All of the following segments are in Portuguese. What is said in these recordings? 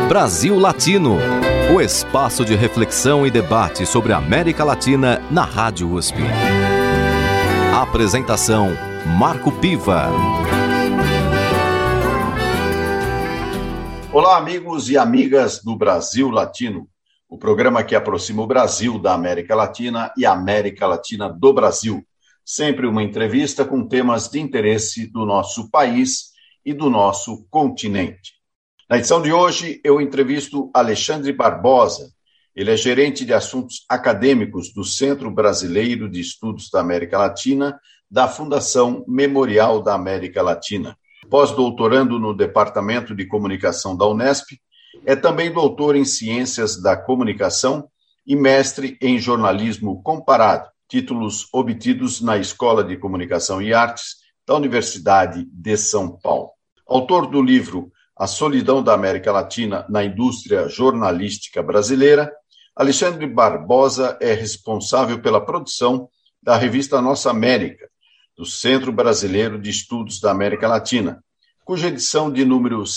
Brasil Latino, o espaço de reflexão e debate sobre a América Latina na Rádio USP. Apresentação: Marco Piva. Olá, amigos e amigas do Brasil Latino, o programa que aproxima o Brasil da América Latina e a América Latina do Brasil. Sempre uma entrevista com temas de interesse do nosso país e do nosso continente. Na edição de hoje, eu entrevisto Alexandre Barbosa. Ele é gerente de assuntos acadêmicos do Centro Brasileiro de Estudos da América Latina, da Fundação Memorial da América Latina. Pós-doutorando no Departamento de Comunicação da Unesp, é também doutor em Ciências da Comunicação e mestre em Jornalismo Comparado, títulos obtidos na Escola de Comunicação e Artes da Universidade de São Paulo. Autor do livro A Solidão da América Latina na Indústria Jornalística Brasileira, Alexandre Barbosa é responsável pela produção da revista Nossa América, do Centro Brasileiro de Estudos da América Latina, cuja edição de número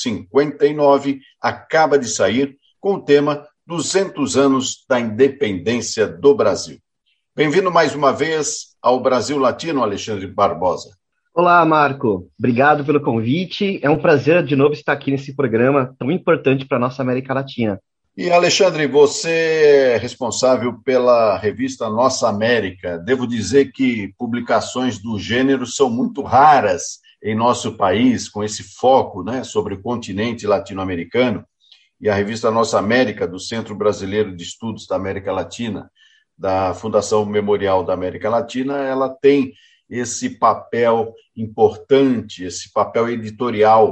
59 acaba de sair com o tema 200 anos da independência do Brasil. Bem-vindo mais uma vez ao Brasil Latino, Alexandre Barbosa. Olá, Marco. Obrigado pelo convite. É um prazer de novo estar aqui nesse programa tão importante para a nossa América Latina. E, Alexandre, você é responsável pela revista Nossa América. Devo dizer que publicações do gênero são muito raras em nosso país, com esse foco, sobre o continente latino-americano. E a revista Nossa América, do Centro Brasileiro de Estudos da América Latina, da Fundação Memorial da América Latina, ela tem esse papel importante, esse papel editorial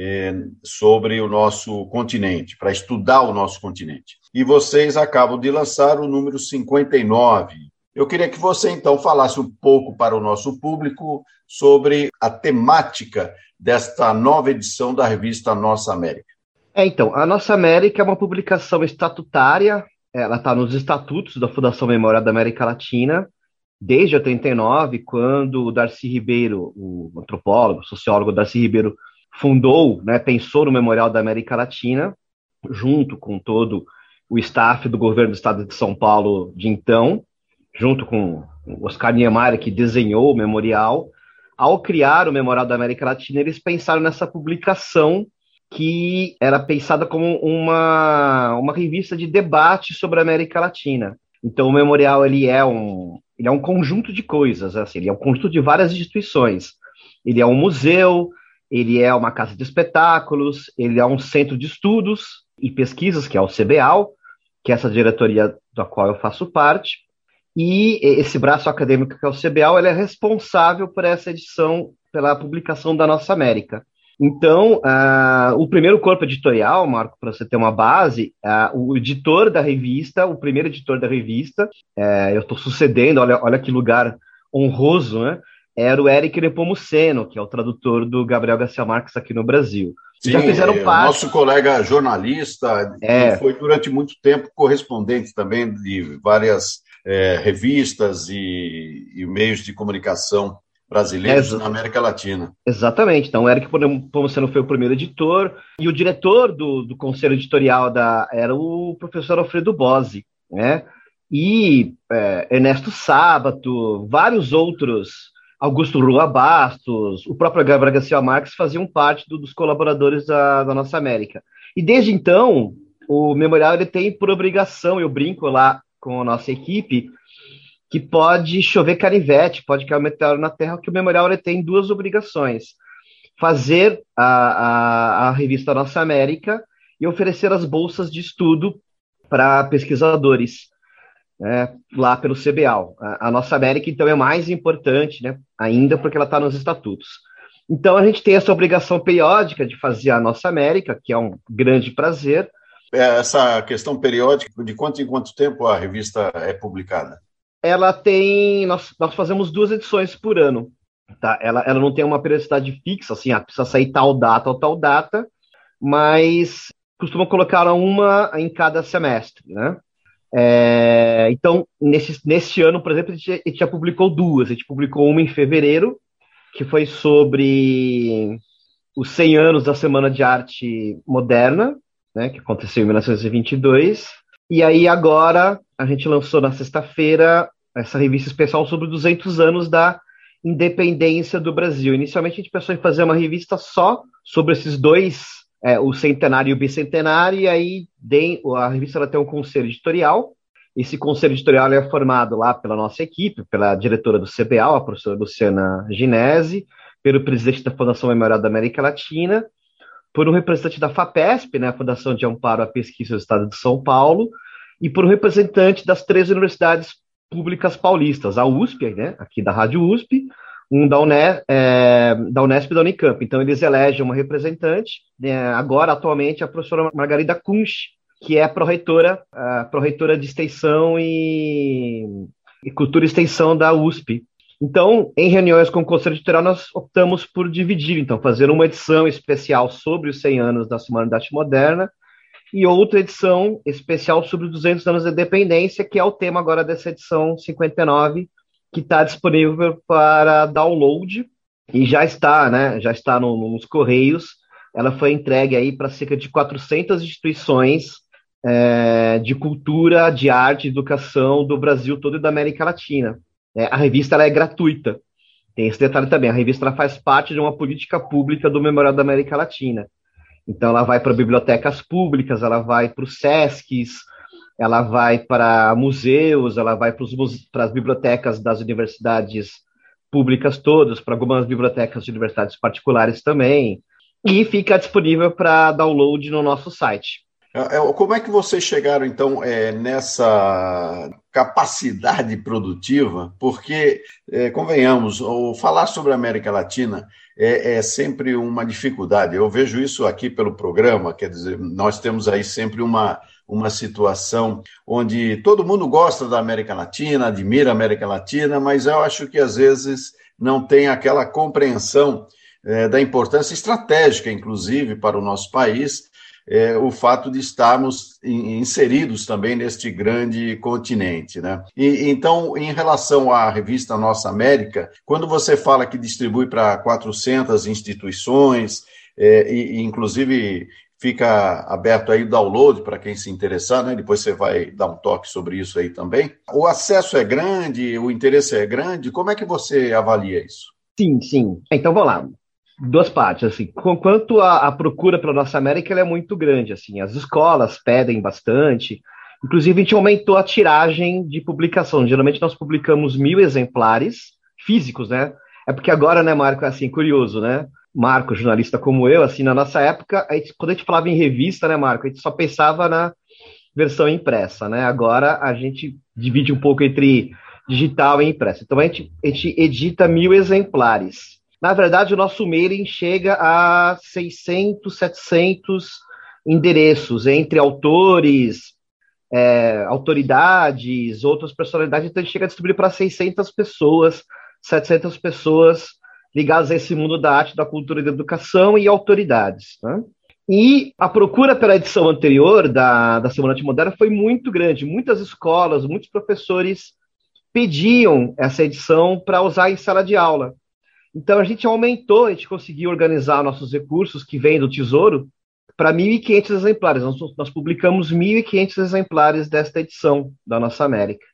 sobre o nosso continente, para estudar o nosso continente. E vocês acabam de lançar o número 59. Eu queria que você, então, falasse um pouco para o nosso público sobre a temática desta nova edição da revista Nossa América. Então, a Nossa América é uma publicação estatutária, ela está nos estatutos da Fundação Memorial da América Latina, desde 89, quando o Darcy Ribeiro, o antropólogo, o sociólogo Darcy Ribeiro, fundou, pensou no Memorial da América Latina, junto com todo o staff do governo do estado de São Paulo de então, junto com o Oscar Niemeyer, que desenhou o memorial. Ao criar o Memorial da América Latina, eles pensaram nessa publicação que era pensada como uma revista de debate sobre a América Latina. Então, o Memorial ele é um conjunto de coisas, assim, ele é um conjunto de várias instituições. Ele é um museu, ele é uma casa de espetáculos, ele é um centro de estudos e pesquisas, que é o CBAL, que é essa diretoria da qual eu faço parte, e esse braço acadêmico, que é o CBAL, ele é responsável por essa edição, pela publicação da Nossa América. Então, o primeiro corpo editorial, Marco, para você ter uma base, o editor da revista, o primeiro editor da revista, eu estou sucedendo, olha que lugar honroso, era o Éric Nepomuceno, que é o tradutor do Gabriel Garcia Marques aqui no Brasil. Sim, já fizeram parte. Nosso colega jornalista, que foi durante muito tempo correspondente também de várias revistas e meios de comunicação brasileiros na América Latina. Exatamente. Então, o Éric Nepomuceno foi o primeiro editor, e o diretor do conselho editorial era o professor Alfredo Bozzi, E Ernesto Sábato, vários outros, Augusto Rua Bastos, o próprio Gabriel Garcia Marques faziam parte dos colaboradores da Nossa América. E desde então, o Memorial ele tem por obrigação, eu brinco lá com a nossa equipe, que pode chover canivete, pode cair um meteoro na Terra, que o Memorial ele tem duas obrigações: fazer a revista Nossa América e oferecer as bolsas de estudo para pesquisadores, lá pelo CBAL. A Nossa América, então, é mais importante, ainda porque ela está nos estatutos. Então, a gente tem essa obrigação periódica de fazer a Nossa América, que é um grande prazer. Essa questão periódica, de quanto em quanto tempo a revista é publicada? Ela tem... Nós fazemos 2 edições por ano. Tá? Ela não tem uma periodicidade fixa, assim, precisa sair tal data ou tal data, mas costumam colocar uma em cada semestre, Então, nesse ano, por exemplo, a gente já publicou 2. A gente publicou uma em fevereiro, que foi sobre os 100 anos da Semana de Arte Moderna, né, que aconteceu em 1922. E aí agora a gente lançou na sexta-feira essa revista especial sobre 200 anos da independência do Brasil. Inicialmente a gente pensou em fazer uma revista só sobre esses dois, o centenário e o bicentenário, e aí a revista ela tem um conselho editorial. Esse conselho editorial é formado lá pela nossa equipe, pela diretora do CBA, a professora Luciana Ginese, pelo presidente da Fundação Memorial da América Latina, por um representante da FAPESP, né, a Fundação de Amparo à Pesquisa do Estado de São Paulo, e por um representante das 3 universidades públicas paulistas, a USP, né, aqui da Rádio USP, um da Unesp e da Unicamp. Então, eles elegem uma representante, né, agora, atualmente, a professora Margarida Kunsch, que é a pró-reitora de Extensão e Cultura e Extensão da USP. Então, em reuniões com o Conselho Editorial, nós optamos por dividir, então, fazer uma edição especial sobre os 100 anos da Semana da Arte Moderna e outra edição especial sobre os 200 anos da independência, que é o tema agora dessa edição 59, que está disponível para download e já está nos Correios. Ela foi entregue aí para cerca de 400 instituições de cultura, de arte, de educação do Brasil todo e da América Latina. A revista ela é gratuita. Tem esse detalhe também. A revista ela faz parte de uma política pública do Memorial da América Latina. Então, ela vai para bibliotecas públicas, ela vai para os SESCs, ela vai para museus, ela vai para as bibliotecas das universidades públicas todas, para algumas bibliotecas de universidades particulares também, e fica disponível para download no nosso site. Como é que vocês chegaram, então, nessa capacidade produtiva? Porque, convenhamos, falar sobre a América Latina é sempre uma dificuldade. Eu vejo isso aqui pelo programa, quer dizer, nós temos aí sempre uma situação onde todo mundo gosta da América Latina, admira a América Latina, mas eu acho que, às vezes, não tem aquela compreensão da importância estratégica, inclusive, para o nosso país, o fato de estarmos inseridos também neste grande continente, né? Então, em relação à revista Nossa América, quando você fala que distribui para 400 instituições, e inclusive fica aberto aí o download para quem se interessar, né? Depois você vai dar um toque sobre isso aí também. O acesso é grande, o interesse é grande, como é que você avalia isso? Sim. Então, vamos lá. 2 partes, assim, quanto a procura pela Nossa América, ela é muito grande, assim, as escolas pedem bastante, inclusive a gente aumentou a tiragem de publicação, geralmente nós publicamos 1.000 exemplares físicos, né, porque agora, né, Marco, é assim, curioso, né, Marco, jornalista como eu, assim, na nossa época, quando a gente falava em revista, né, Marco, a gente só pensava na versão impressa, né, agora a gente divide um pouco entre digital e impressa, então a gente edita 1.000 exemplares. Na verdade, o nosso mailing chega a 600, 700 endereços entre autores, autoridades, outras personalidades. Então, a gente chega a distribuir para 600 pessoas, 700 pessoas ligadas a esse mundo da arte, da cultura e da educação e autoridades, né? E a procura pela edição anterior da Semana de Arte Moderna foi muito grande. Muitas escolas, muitos professores pediam essa edição para usar em sala de aula. Então, a gente conseguiu organizar nossos recursos que vêm do Tesouro para 1.500 exemplares. Nós publicamos 1.500 exemplares desta edição da Nossa América.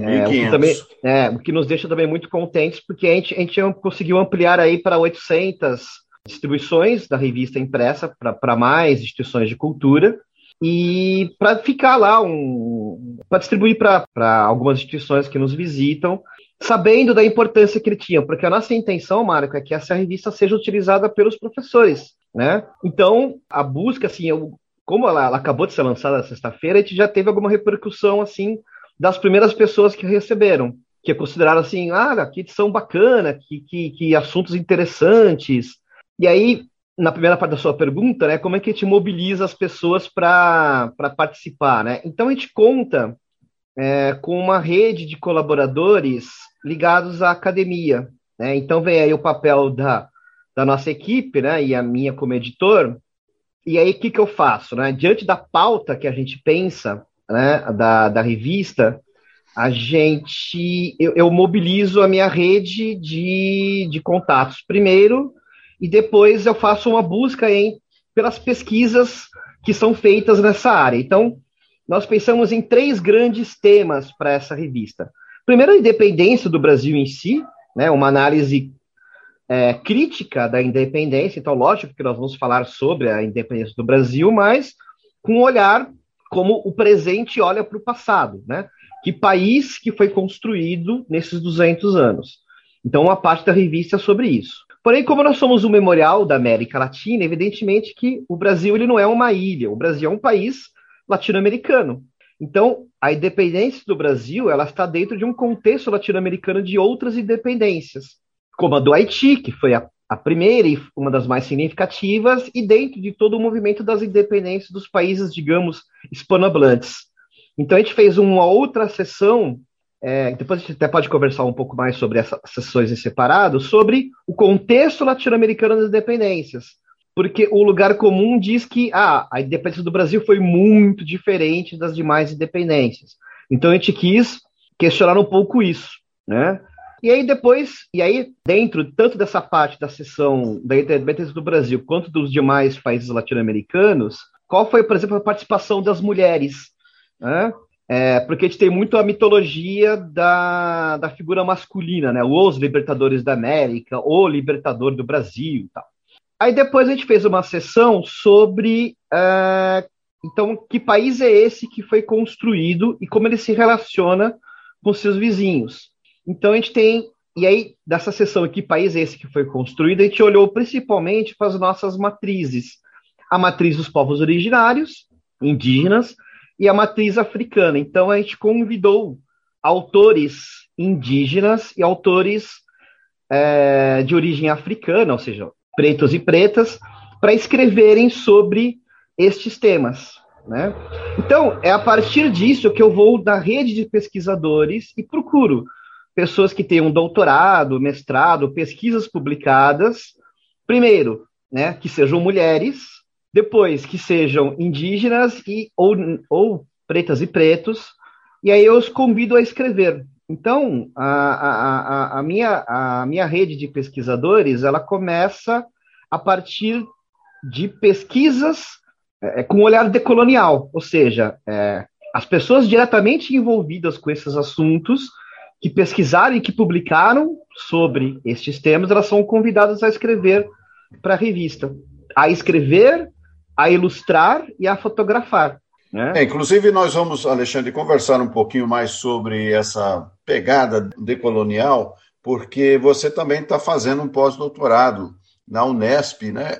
1.500. O que nos deixa também muito contentes, porque a gente conseguiu ampliar aí para 800 distribuições da revista impressa para mais instituições de cultura e para ficar lá, para distribuir para algumas instituições que nos visitam, sabendo da importância que ele tinha, porque a nossa intenção, Marco, é que essa revista seja utilizada pelos professores, né? Então, a busca, assim, como ela acabou de ser lançada na sexta-feira, a gente já teve alguma repercussão, assim, das primeiras pessoas que receberam, que consideraram assim, que edição bacana, que assuntos interessantes. E aí, na primeira parte da sua pergunta, né, como é que a gente mobiliza as pessoas para participar, né? Então, a gente conta com uma rede de colaboradores ligados à academia, né? Então vem aí o papel da nossa equipe, né? E a minha como editor. E aí o que eu faço, né? Diante da pauta que a gente pensa, né, da revista, eu mobilizo a minha rede de contatos primeiro e depois eu faço uma busca pelas pesquisas que são feitas nessa área. Então, nós pensamos em 3 grandes temas para essa revista. Primeiro, a independência do Brasil em si, né, uma análise crítica da independência. Então, lógico que nós vamos falar sobre a independência do Brasil, mas com um olhar como o presente olha para o passado, né? Que país que foi construído nesses 200 anos. Então, uma parte da revista é sobre isso. Porém, como nós somos um memorial da América Latina, evidentemente que o Brasil ele não é uma ilha, o Brasil é um país latino-americano. Então, a independência do Brasil ela está dentro de um contexto latino-americano de outras independências, como a do Haiti, que foi a primeira e uma das mais significativas, e dentro de todo o movimento das independências dos países, digamos, hispanohablantes. Então, a gente fez uma outra sessão, depois a gente até pode conversar um pouco mais sobre essas sessões em separado, sobre o contexto latino-americano das independências, porque o lugar comum diz que a independência do Brasil foi muito diferente das demais independências. Então, a gente quis questionar um pouco isso, né? E aí dentro tanto dessa parte da sessão da independência do Brasil quanto dos demais países latino-americanos, qual foi, por exemplo, a participação das mulheres, né? Porque a gente tem muito a mitologia da figura masculina, né? Os libertadores da América, o libertador do Brasil e tal. Aí depois a gente fez uma sessão sobre, então, que país é esse que foi construído e como ele se relaciona com seus vizinhos. Então a gente tem, e aí dessa sessão aqui, país esse que foi construído, a gente olhou principalmente para as nossas matrizes. A matriz dos povos originários, indígenas, e a matriz africana. Então a gente convidou autores indígenas e autores de origem africana, ou seja, pretos e pretas, para escreverem sobre estes temas, né? Então é a partir disso que eu vou na rede de pesquisadores e procuro pessoas que tenham doutorado, mestrado, pesquisas publicadas, primeiro, né, que sejam mulheres, depois que sejam indígenas ou pretas e pretos, e aí eu os convido a escrever. Então, a minha rede de pesquisadores, ela começa a partir de pesquisas com olhar decolonial, ou seja, as pessoas diretamente envolvidas com esses assuntos, que pesquisaram e que publicaram sobre estes temas, elas são convidadas a escrever para a revista. A escrever, a ilustrar e a fotografar, né? Inclusive, nós vamos, Alexandre, conversar um pouquinho mais sobre essa pegada decolonial, porque você também está fazendo um pós-doutorado na Unesp, né,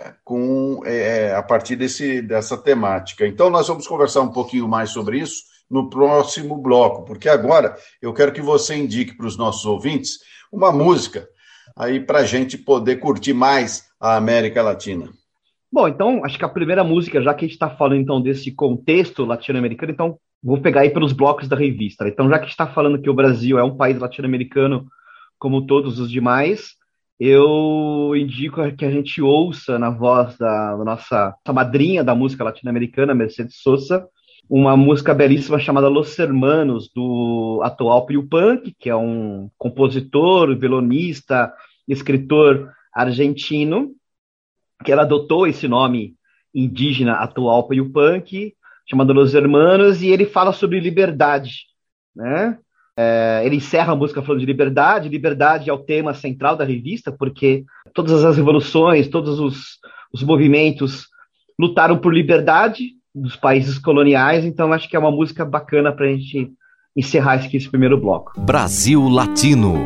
a partir dessa temática. Então, nós vamos conversar um pouquinho mais sobre isso no próximo bloco, porque agora eu quero que você indique para os nossos ouvintes uma música aí para a gente poder curtir mais a América Latina. Bom, então, acho que a primeira música, já que a gente está falando então desse contexto latino-americano, então vou pegar aí pelos blocos da revista. Então, já que a gente está falando que o Brasil é um país latino-americano como todos os demais, eu indico que a gente ouça na voz da nossa madrinha da música latino-americana, Mercedes Sosa, uma música belíssima chamada Los Hermanos, do atual Pio Punk, que é um compositor, violonista, escritor argentino, que ela adotou esse nome indígena atual Pio Punk, chamado Los Hermanos, e ele fala sobre liberdade, né? Ele encerra a música falando de liberdade. Liberdade é o tema central da revista, porque todas as revoluções, todos os movimentos lutaram por liberdade dos países coloniais, então acho que é uma música bacana para a gente encerrar esse primeiro bloco. Brasil Latino.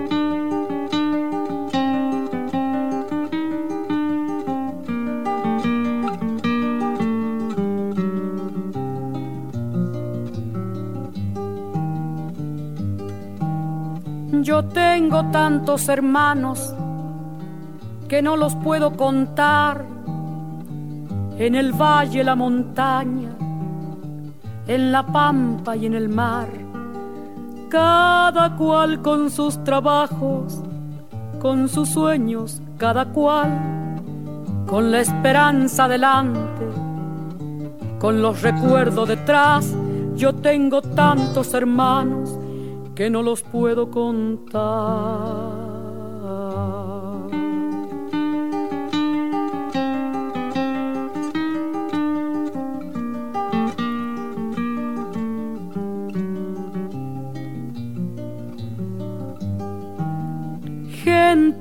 Yo tengo tantos hermanos que no los puedo contar, en el valle, la montaña, en la pampa y en el mar, cada cual con sus trabajos, con sus sueños, cada cual con la esperanza delante, con los recuerdos detrás. Yo tengo tantos hermanos que no los puedo contar.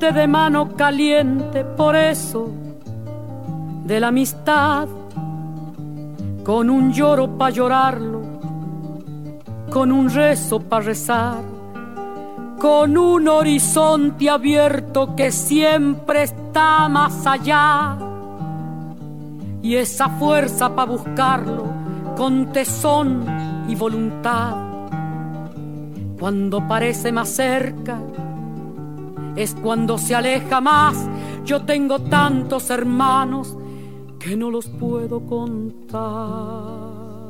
gente de mano caliente, por eso, de la amistad, con un lloro pa' llorarlo, con un rezo pa' rezar, con un horizonte abierto que siempre está más allá, y esa fuerza pa' buscarlo con tesón y voluntad. Cuando parece más cerca es cuando se aleja más. Yo tengo tantos hermanos que no los puedo contar.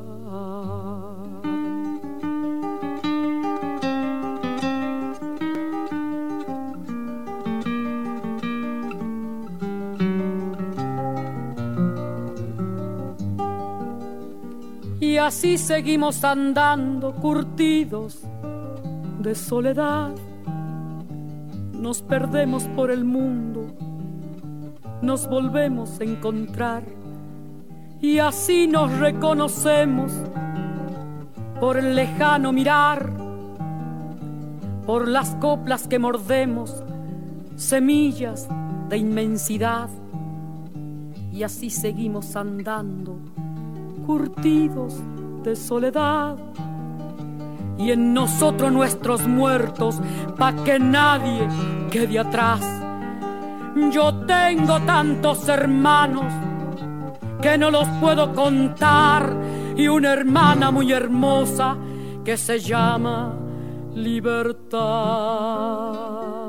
Y así seguimos andando, curtidos de soledad. Nos perdemos por el mundo, nos volvemos a encontrar, y así nos reconocemos por el lejano mirar, por las coplas que mordemos, semillas de inmensidad. Y así seguimos andando, curtidos de soledad, y en nosotros nuestros muertos, pa' que nadie quede atrás. Yo tengo tantos hermanos que no los puedo contar, y una hermana muy hermosa que se llama Libertad.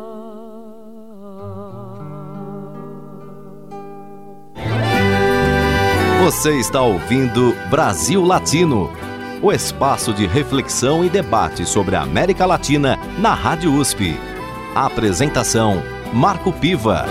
Você está ouvindo Brasil Latino, o espaço de reflexão e debate sobre a América Latina na Rádio USP. A apresentação, Marco Piva.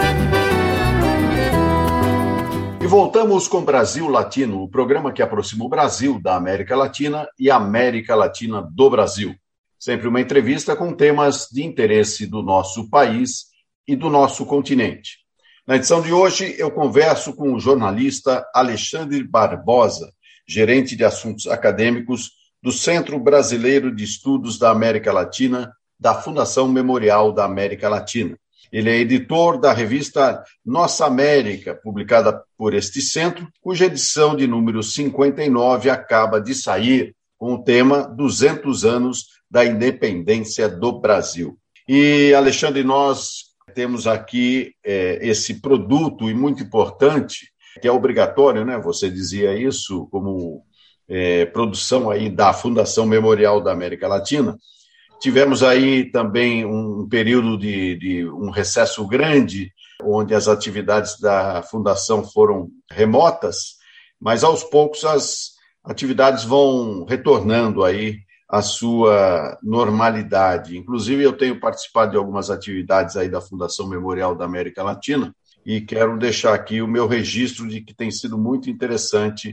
E voltamos com Brasil Latino, o programa que aproxima o Brasil da América Latina e a América Latina do Brasil. Sempre uma entrevista com temas de interesse do nosso país e do nosso continente. Na edição de hoje, eu converso com o jornalista Alexandre Barbosa, gerente de assuntos acadêmicos do Centro Brasileiro de Estudos da América Latina, da Fundação Memorial da América Latina. Ele é editor da revista Nossa América, publicada por este centro, cuja edição de número 59 acaba de sair com o tema 200 anos da independência do Brasil. E, Alexandre, nós temos aqui esse produto, e muito importante, que é obrigatório, né? Você dizia isso como produção aí da Fundação Memorial da América Latina. Tivemos aí também um período de um recesso grande, onde as atividades da Fundação foram remotas, mas aos poucos as atividades vão retornando aí a sua normalidade. Inclusive, eu tenho participado de algumas atividades aí da Fundação Memorial da América Latina e quero deixar aqui o meu registro de que tem sido muito interessante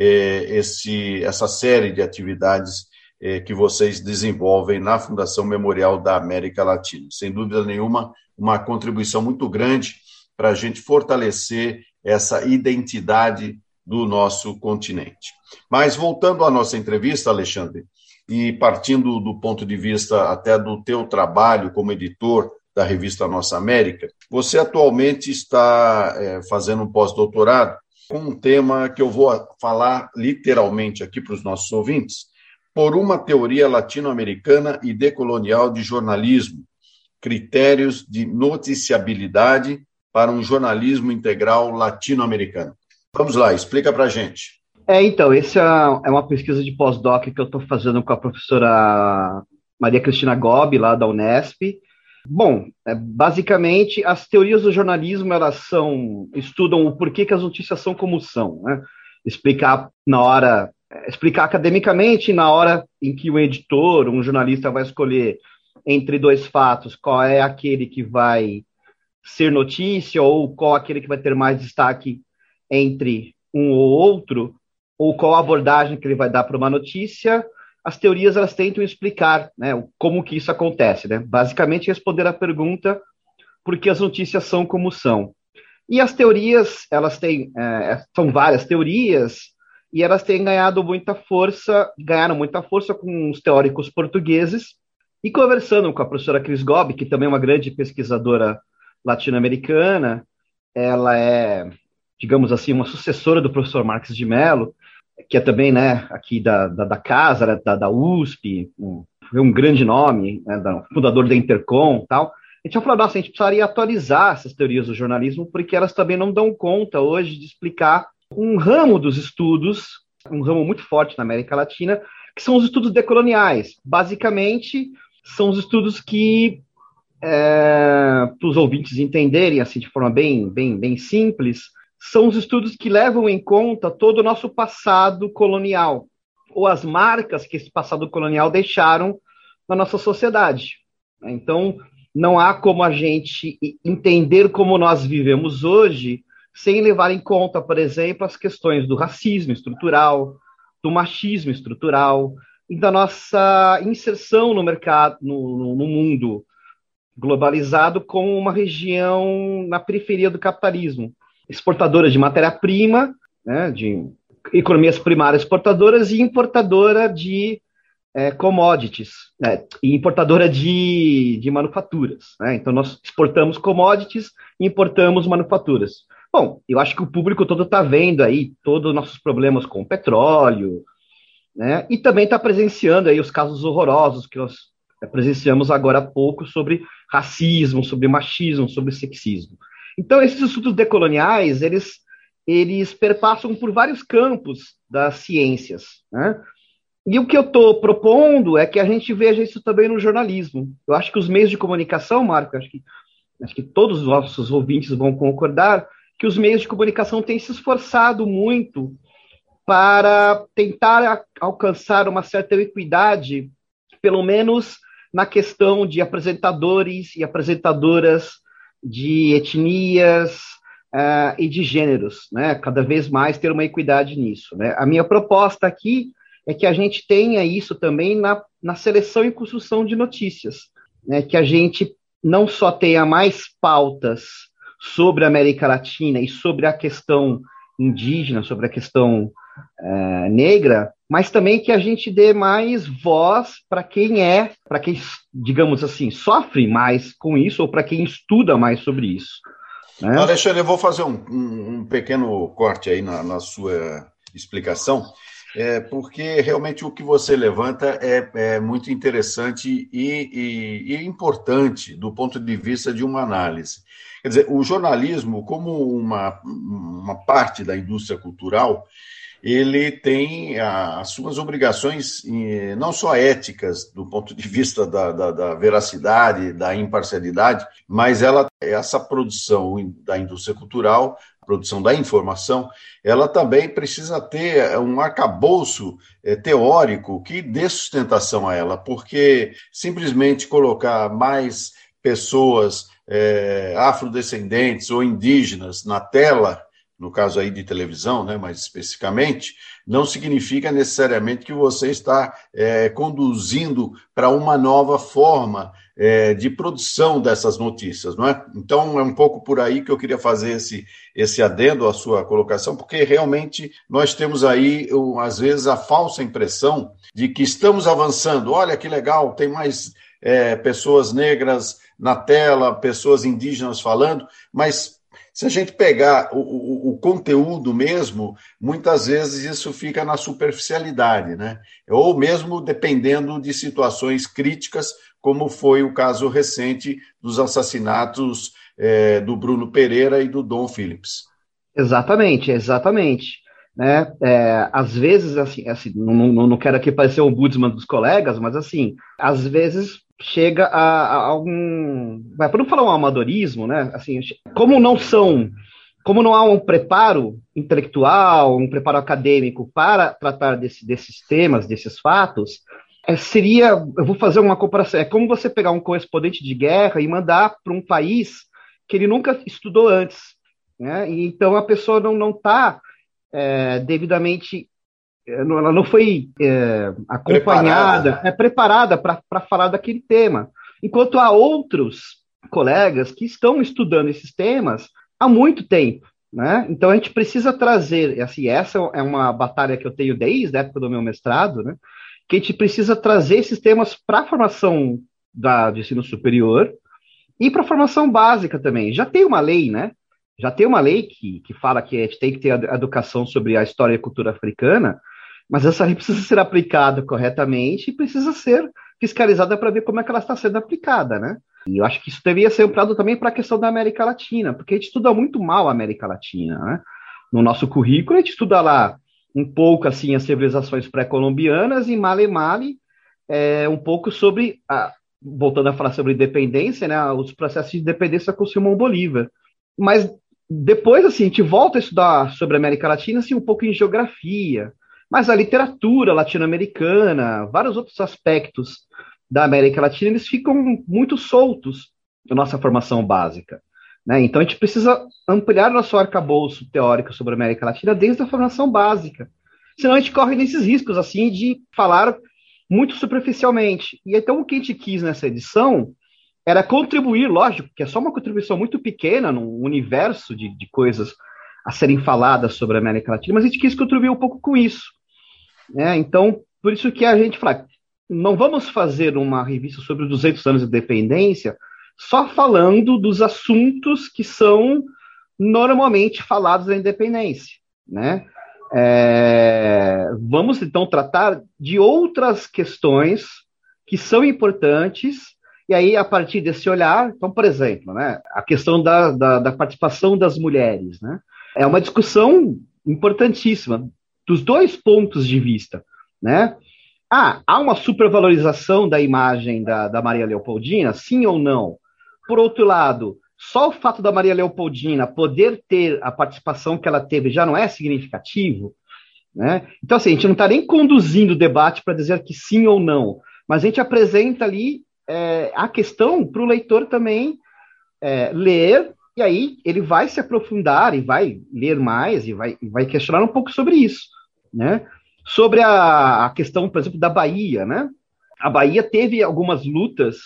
essa série de atividades que vocês desenvolvem na Fundação Memorial da América Latina. Sem dúvida nenhuma, uma contribuição muito grande para a gente fortalecer essa identidade do nosso continente. Mas, voltando à nossa entrevista, Alexandre, e partindo do ponto de vista até do teu trabalho como editor da revista Nossa América, você atualmente está fazendo um pós-doutorado com um tema que eu vou falar literalmente aqui para os nossos ouvintes, por uma teoria latino-americana e decolonial de jornalismo, critérios de noticiabilidade para um jornalismo integral latino-americano. Vamos lá, explica para a gente. Então, essa é uma pesquisa de pós-doc que eu estou fazendo com a professora Maria Cristina Gobi, lá da Unesp. Bom, basicamente, as teorias do jornalismo, elas estudam o porquê que as notícias são como são, né? Explicar academicamente, na hora em que o editor, um jornalista, vai escolher entre dois fatos, qual é aquele que vai ser notícia, ou qual aquele que vai ter mais destaque entre um ou outro, ou qual a abordagem que ele vai dar para uma notícia. As teorias, elas tentam explicar, né, como que isso acontece, né? Basicamente, responder a pergunta por que as notícias são como são. E as teorias, elas são várias teorias, e elas têm ganharam muita força com os teóricos portugueses, E conversando com a professora Cris Gobi, que também é uma grande pesquisadora latino-americana, ela é, digamos assim, uma sucessora do professor Marques de Mello, que é também, né, aqui da casa, da USP, um grande nome, né, fundador da Intercom e tal. A gente já falou, nossa, a gente precisaria atualizar essas teorias do jornalismo, porque elas também não dão conta hoje de explicar um ramo dos estudos, um ramo muito forte na América Latina, que são os estudos decoloniais. Basicamente, são os estudos que, para os ouvintes entenderem, assim, de forma bem simples, são os estudos que levam em conta todo o nosso passado colonial, ou as marcas que esse passado colonial deixaram na nossa sociedade. Então, não há como a gente entender como nós vivemos hoje sem levar em conta, por exemplo, as questões do racismo estrutural, do machismo estrutural e da nossa inserção no mercado, no mundo globalizado como uma região na periferia do capitalismo, exportadora de matéria-prima, né, de economias primárias exportadoras e importadora de commodities, e importadora de manufaturas. Né? Então, nós exportamos commodities e importamos manufaturas. Bom, eu acho que o público todo está vendo aí todos os nossos problemas com o petróleo, né? E também está presenciando aí os casos horrorosos que nós presenciamos agora há pouco sobre racismo, sobre machismo, sobre sexismo. Então, esses estudos decoloniais, eles perpassam por vários campos das ciências, né? E o que eu estou propondo é que a gente veja isso também no jornalismo. Eu acho que os meios de comunicação, Marco, acho que todos os nossos ouvintes vão concordar, que os meios de comunicação têm se esforçado muito para tentar alcançar uma certa equidade, pelo menos na questão de apresentadores e apresentadoras de etnias e de gêneros, né? Cada vez mais ter uma equidade nisso, né? A minha proposta aqui é que a gente tenha isso também na seleção e construção de notícias, né? Que a gente não só tenha mais pautas sobre a América Latina e sobre a questão indígena, sobre a questão negra, mas também que a gente dê mais voz para quem, digamos assim, sofre mais com isso, ou para quem estuda mais sobre isso. Né? Alexandre, eu vou fazer um pequeno corte aí na sua explicação, porque realmente o que você levanta é muito interessante e importante do ponto de vista de uma análise. Quer dizer, o jornalismo, como uma parte da indústria cultural, ele tem as suas obrigações, não só éticas, do ponto de vista da veracidade, da imparcialidade, mas essa produção da indústria cultural, a produção da informação, ela também precisa ter um arcabouço teórico que dê sustentação a ela, porque simplesmente colocar mais pessoas afrodescendentes ou indígenas na tela, no caso aí de televisão, né, mais especificamente, não significa necessariamente que você está conduzindo para uma nova forma de produção dessas notícias, não é? Então, é um pouco por aí que eu queria fazer esse adendo à sua colocação, porque realmente nós temos aí, às vezes, a falsa impressão de que estamos avançando. Olha que legal, tem mais pessoas negras na tela, pessoas indígenas falando, mas se a gente pegar o conteúdo mesmo, muitas vezes isso fica na superficialidade, né? Ou mesmo dependendo de situações críticas, como foi o caso recente dos assassinatos do Bruno Pereira e do Dom Phillips. Exatamente. Né? Às vezes, assim não quero aqui parecer um ombudsman dos colegas, mas assim, às vezes chega a algum, para não falar um amadorismo, né? Assim, como não há um preparo intelectual, um preparo acadêmico para tratar desses temas, desses fatos, eu vou fazer uma comparação, é como você pegar um correspondente de guerra e mandar para um país que ele nunca estudou antes, né? E então a pessoa não está devidamente, ela não foi acompanhada, preparada para falar daquele tema. Enquanto há outros colegas que estão estudando esses temas há muito tempo, né? Então a gente precisa trazer, assim, essa é uma batalha que eu tenho desde a época do meu mestrado, né? que a gente precisa trazer esses temas para a formação do ensino superior e para a formação básica também. Já tem uma lei, né? Já tem uma lei que fala que a gente tem que ter a educação sobre a história e a cultura africana, mas essa lei precisa ser aplicada corretamente e precisa ser fiscalizada para ver como é que ela está sendo aplicada, né? E eu acho que isso deveria ser ampliado também para a questão da América Latina, porque a gente estuda muito mal a América Latina, né? No nosso currículo, a gente estuda lá um pouco, assim, as civilizações pré-colombianas e male-male, um pouco sobre, voltando a falar sobre independência, né? Os processos de independência com Simão Bolívar. Mas depois, assim, a gente volta a estudar sobre a América Latina, assim, um pouco em geografia, mas a literatura latino-americana, vários outros aspectos da América Latina, eles ficam muito soltos na nossa formação básica, né? Então a gente precisa ampliar nosso arcabouço teórico sobre a América Latina desde a formação básica. Senão a gente corre nesses riscos, assim, de falar muito superficialmente. E então o que a gente quis nessa edição era contribuir, lógico, que é só uma contribuição muito pequena num universo de coisas a serem faladas sobre a América Latina, mas a gente quis contribuir um pouco com isso, né? Então, por isso que a gente fala, não vamos fazer uma revista sobre os 200 anos de independência só falando dos assuntos que são normalmente falados na independência, né? Vamos, então, tratar de outras questões que são importantes, e aí, a partir desse olhar, então, por exemplo, né, a questão da participação das mulheres, né? É uma discussão importantíssima, dos dois pontos de vista, né? Há uma supervalorização da imagem da Maria Leopoldina, sim ou não? Por outro lado, só o fato da Maria Leopoldina poder ter a participação que ela teve já não é significativo, né? Então, assim, a gente não está nem conduzindo o debate para dizer que sim ou não, mas a gente apresenta ali a questão para o leitor também ler, e aí ele vai se aprofundar e vai ler mais e vai questionar um pouco sobre isso, né? Sobre a questão, por exemplo, da Bahia, né? A Bahia teve algumas lutas,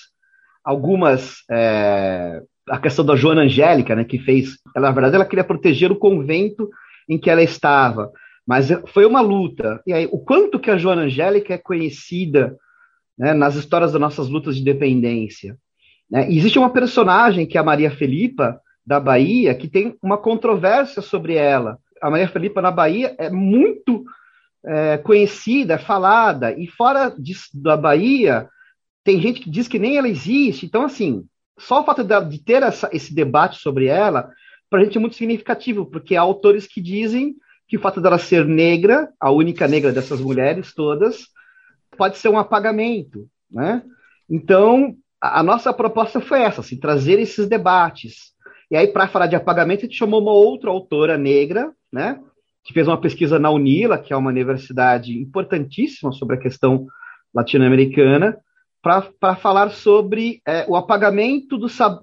a questão da Joana Angélica, né, que fez, ela, na verdade, ela queria proteger o convento em que ela estava, mas foi uma luta. E aí, o quanto que a Joana Angélica é conhecida, né, nas histórias das nossas lutas de independência, né? E existe uma personagem, que é a Maria Felipa, da Bahia, que tem uma controvérsia sobre ela. A Maria Felipa, na Bahia, é muito conhecida, falada, e fora da Bahia, tem gente que diz que nem ela existe. Então, assim, só o fato de ter esse debate sobre ela, para a gente é muito significativo, porque há autores que dizem que o fato dela ser negra, a única negra dessas mulheres todas, pode ser um apagamento, né? Então, a nossa proposta foi essa, assim, trazer esses debates. E aí, para falar de apagamento, a gente chamou uma outra autora negra, né, que fez uma pesquisa na UNILA, que é uma universidade importantíssima sobre a questão latino-americana, para falar sobre o apagamento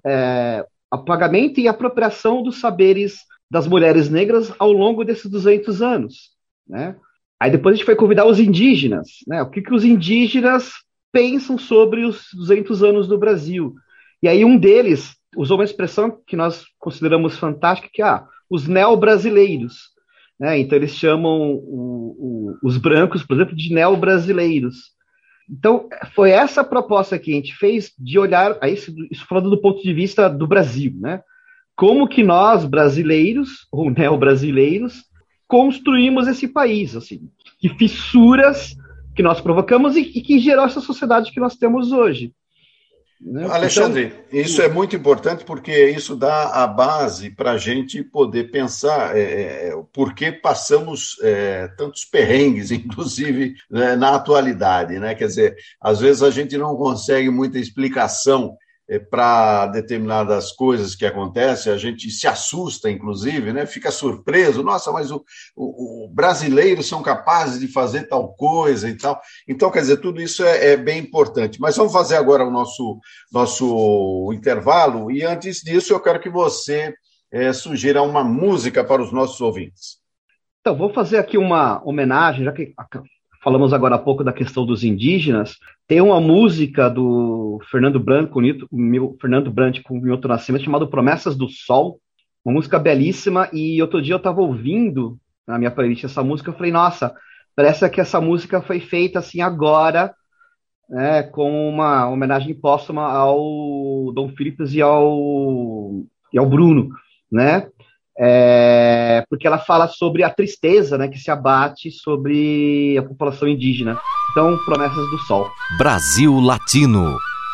apagamento e apropriação dos saberes das mulheres negras ao longo desses 200 anos, né? Aí depois a gente foi convidar os indígenas, né? O que os indígenas pensam sobre os 200 anos do Brasil. E aí um deles usou uma expressão que nós consideramos fantástica, que é os neo-brasileiros, né? Então eles chamam os brancos, por exemplo, de neo-brasileiros. Então, foi essa proposta que a gente fez de olhar, isso falando do ponto de vista do Brasil, né? Como que nós, brasileiros, ou neo-brasileiros, construímos esse país, assim, que fissuras que nós provocamos e que gerou essa sociedade que nós temos hoje. Né? Alexandre, então, isso é muito importante porque isso dá a base para a gente poder pensar por que passamos tantos perrengues, inclusive na atualidade, né? Quer dizer, às vezes a gente não consegue muita explicação para determinadas coisas que acontecem, a gente se assusta, inclusive, né? Fica surpreso, nossa, mas o brasileiros são capazes de fazer tal coisa e tal. Então, quer dizer, tudo isso é bem importante. Mas vamos fazer agora o nosso intervalo, e antes disso eu quero que você sugira uma música para os nossos ouvintes. Então, vou fazer aqui uma homenagem, já que falamos agora há pouco da questão dos indígenas. Tem uma música do Fernando Brant com Milton Nascimento, chamada Promessas do Sol, uma música belíssima, e outro dia eu estava ouvindo na minha playlist essa música, eu falei, nossa, parece que essa música foi feita assim agora, né, com uma homenagem póstuma ao Dom Philips e ao Bruno, né? Porque ela fala sobre a tristeza, né, que se abate sobre a população indígena. Então, Promessas do Sol. Brasil Latino.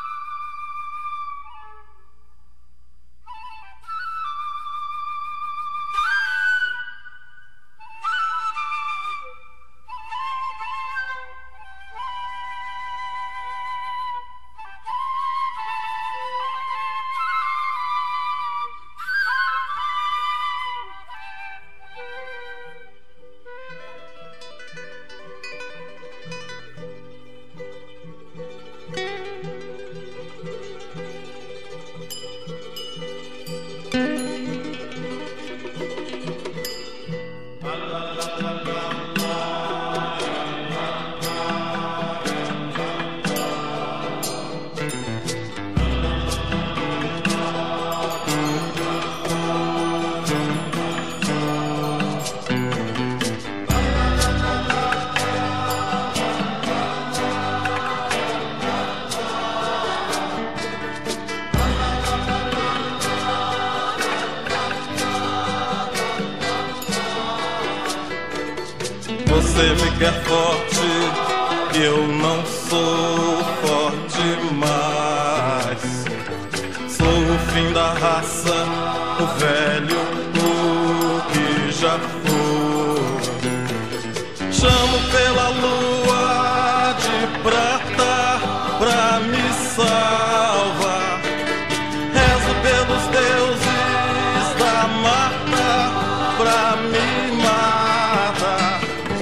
Você me quer forte, eu não sou forte mais. Sou o fim da raça, o velho, o que já foi. Chamo pela lua de prata pra me salvar. Rezo pelos deuses da mata pra me matar.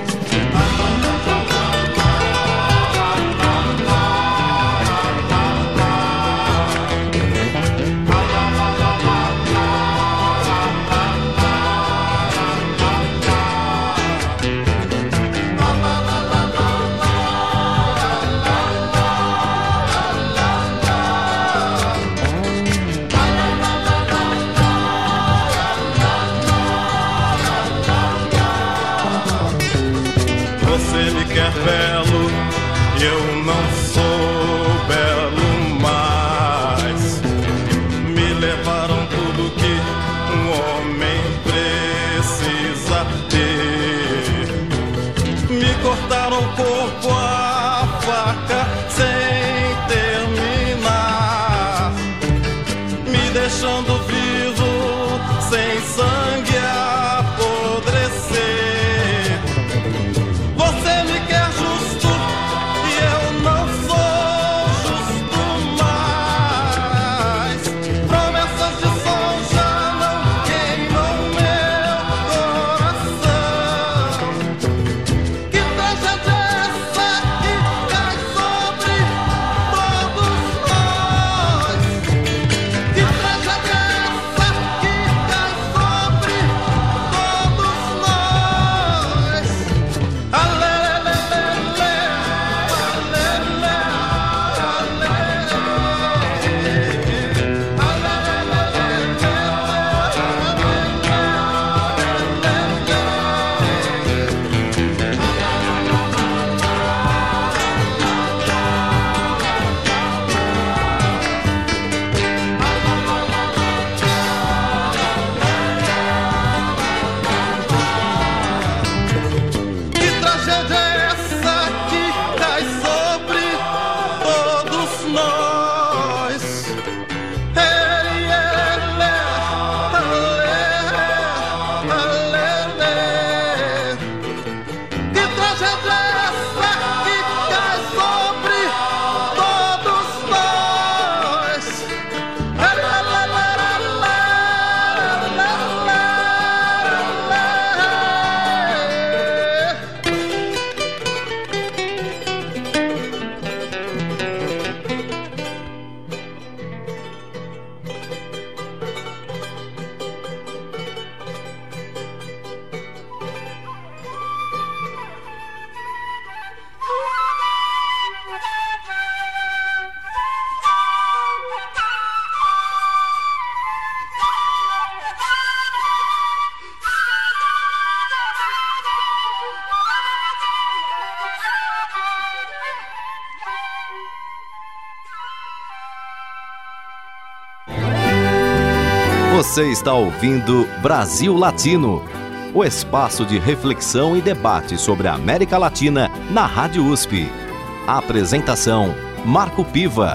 Você me quer belo e eu não sou belo mais. Me levaram tudo que um homem precisa ter. Me cortaram o corpo a faca sem terminar, me deixando vivo sem sangue apodrecer. Você me quer justo e eu não sou justo mais. Promessas de sol já não queimam meu coração. Que tragédia é essa que cai sobre todos nós? Que tragédia é essa que cai sobre todos nós? Que tragédia é essa que cai sobre todos nós? Que tragédia é essa que cai sobre todos nós? Você está ouvindo Brasil Latino, o espaço de reflexão e debate sobre a América Latina na Rádio USP. A apresentação, Marco Piva.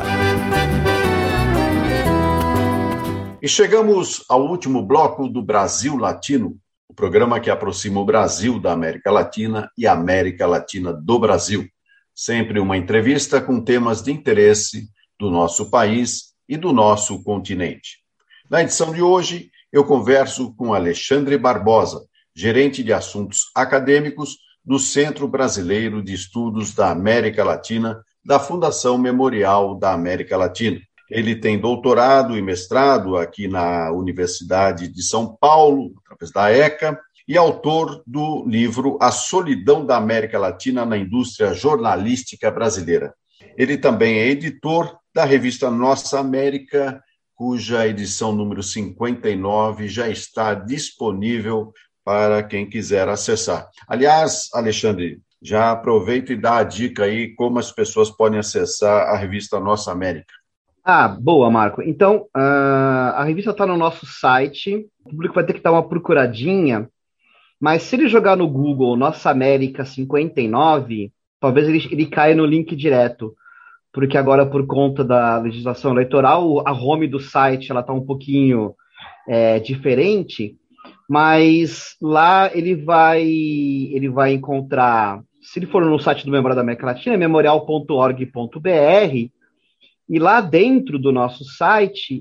E chegamos ao último bloco do Brasil Latino, o programa que aproxima o Brasil da América Latina e a América Latina do Brasil. Sempre uma entrevista com temas de interesse do nosso país e do nosso continente. Na edição de hoje, eu converso com Alexandre Barbosa, gerente de assuntos acadêmicos do Centro Brasileiro de Estudos da América Latina, da Fundação Memorial da América Latina. Ele tem doutorado e mestrado aqui na Universidade de São Paulo, através da ECA, e autor do livro A Solidão da América Latina na Indústria Jornalística Brasileira. Ele também é editor da revista Nossa América, cuja edição número 59 já está disponível para quem quiser acessar. Aliás, Alexandre, já aproveita e dá a dica aí como as pessoas podem acessar a revista Nossa América. Boa, Marco. Então, a revista está no nosso site, o público vai ter que dar uma procuradinha, mas se ele jogar no Google Nossa América 59, talvez ele caia no link direto, porque agora, por conta da legislação eleitoral, a home do site está um pouquinho diferente, mas lá ele vai encontrar, se ele for no site do Memorial da América Latina, memorial.org.br, e lá dentro do nosso site,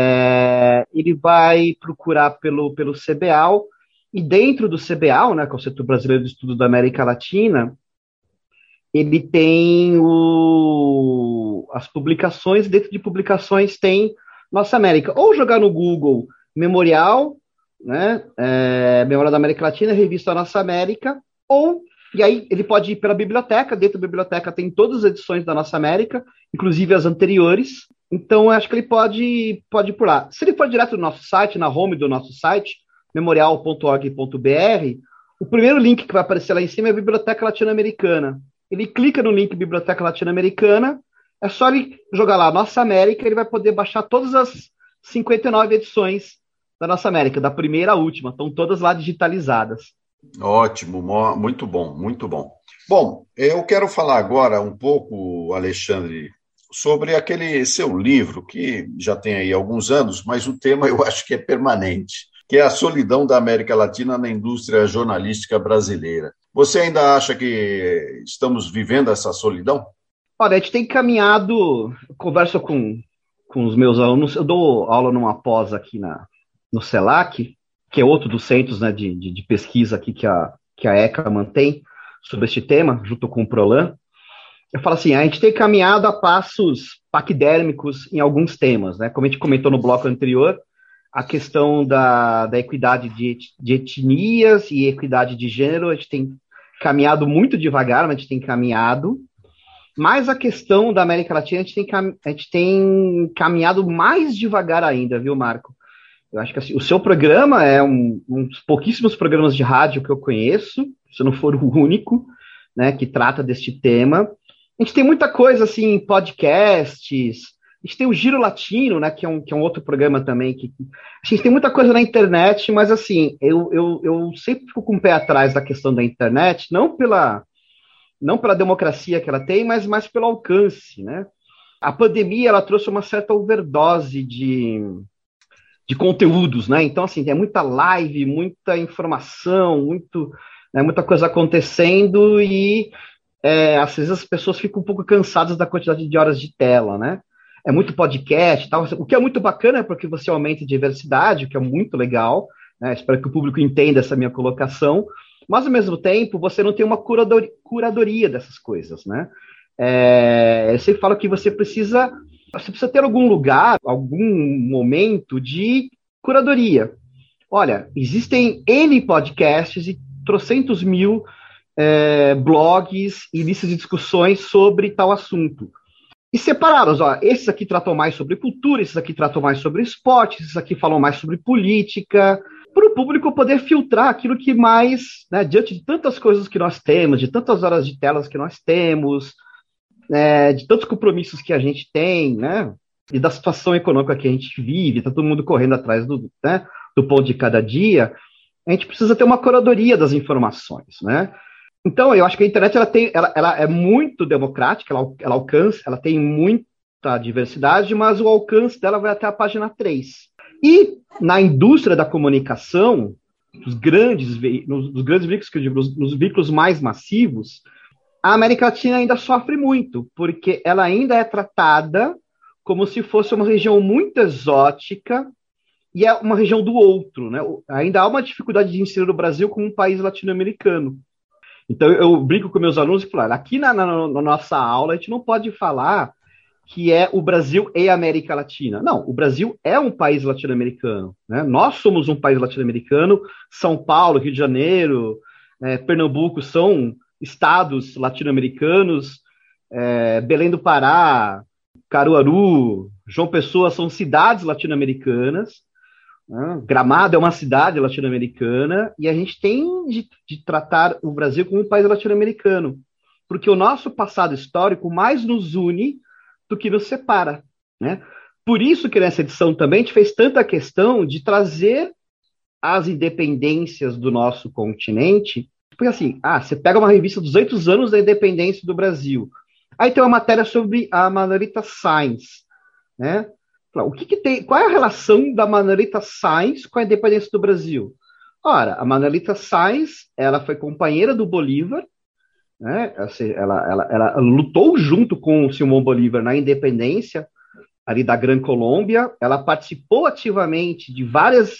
ele vai procurar pelo CBAL, e dentro do CBAL, né, que é o Centro Brasileiro de Estudos da América Latina, ele tem as publicações, dentro de publicações tem Nossa América. Ou jogar no Google Memorial, né, Memorial da América Latina, revista Nossa América, e aí ele pode ir pela biblioteca, dentro da biblioteca tem todas as edições da Nossa América, inclusive as anteriores, então eu acho que ele pode ir por lá. Se ele for direto no nosso site, na home do nosso site, memorial.org.br, o primeiro link que vai aparecer lá em cima é a Biblioteca Latino-Americana. Ele clica no link Biblioteca Latino-Americana, é só ele jogar lá Nossa América, ele vai poder baixar todas as 59 edições da Nossa América, da primeira à última, estão todas lá digitalizadas. Ótimo, muito bom, muito bom. Bom, eu quero falar agora um pouco, Alexandre, sobre aquele seu livro, que já tem aí alguns anos, mas o tema eu acho que é permanente, que é A Solidão da América Latina na Indústria Jornalística Brasileira. Você ainda acha que estamos vivendo essa solidão? Olha, a gente tem caminhado, eu converso com os meus alunos, eu dou aula numa pós aqui no CELAC, que é outro dos centros, né, de pesquisa aqui que a ECA mantém sobre este tema, junto com o Prolan. Eu falo assim, a gente tem caminhado a passos paquidérmicos em alguns temas, né? Como a gente comentou no bloco anterior, a questão da equidade de etnias e equidade de gênero, a gente tem caminhado muito devagar, mas a gente tem caminhado. Mas a questão da América Latina, a gente tem caminhado mais devagar ainda, viu, Marco? Eu acho que assim, o seu programa é um dos pouquíssimos programas de rádio que eu conheço, se não for o único, né, que trata deste tema. A gente tem muita coisa, assim, podcasts. A gente tem o Giro Latino, né, que é um outro programa também. A gente tem muita coisa na internet, mas assim, eu sempre fico com o pé atrás da questão da internet, não pela democracia que ela tem, mas mais pelo alcance, né? A pandemia, ela trouxe uma certa overdose de conteúdos, né? Então, assim, tem muita live, muita informação, muita coisa acontecendo e às vezes as pessoas ficam um pouco cansadas da quantidade de horas de tela, né? É muito podcast e tal, o que é muito bacana é porque você aumenta a diversidade, o que é muito legal, né? Espero que o público entenda essa minha colocação, mas ao mesmo tempo você não tem uma curadoria dessas coisas, né? Eu sempre falo que você precisa ter algum lugar, algum momento de curadoria. Olha, existem N podcasts e trocentos mil blogs e listas de discussões sobre tal assunto. E separados, esses aqui tratam mais sobre cultura, esses aqui tratam mais sobre esporte, esses aqui falam mais sobre política, para o público poder filtrar aquilo que mais, né, diante de tantas coisas que nós temos, de tantas horas de telas que nós temos, de tantos compromissos que a gente tem, né? e da situação econômica que a gente vive, está todo mundo correndo atrás do pão de cada dia, a gente precisa ter uma curadoria das informações, né? Então, eu acho que a internet ela é muito democrática, ela tem muita diversidade, mas o alcance dela vai até a página 3. E na indústria da comunicação, nos grandes veículos, que eu digo, nos veículos mais massivos, a América Latina ainda sofre muito, porque ela ainda é tratada como se fosse uma região muito exótica e é uma região do outro, né? Ainda há uma dificuldade de inserir o Brasil como um país latino-americano. Então, eu brinco com meus alunos e falo, aqui na nossa aula, a gente não pode falar que é o Brasil e a América Latina. Não, o Brasil é um país latino-americano, né? Nós somos um país latino-americano, São Paulo, Rio de Janeiro, Pernambuco são estados latino-americanos, Belém do Pará, Caruaru, João Pessoa são cidades latino-americanas, Gramado é uma cidade latino-americana, e a gente tem de tratar o Brasil como um país latino-americano, porque o nosso passado histórico mais nos une do que nos separa, né? Por isso que nessa edição também a gente fez tanta questão de trazer as independências do nosso continente, porque assim, você pega uma revista 200 anos da independência do Brasil, aí tem uma matéria sobre a Manuelita Sáenz, né? Qual é a relação da Manuelita Sáenz com a independência do Brasil? Ora, a Manuelita Sáenz, ela foi companheira do Bolívar, né? Ela lutou junto com o Simão Bolívar na independência ali da Gran Colômbia, ela participou ativamente de várias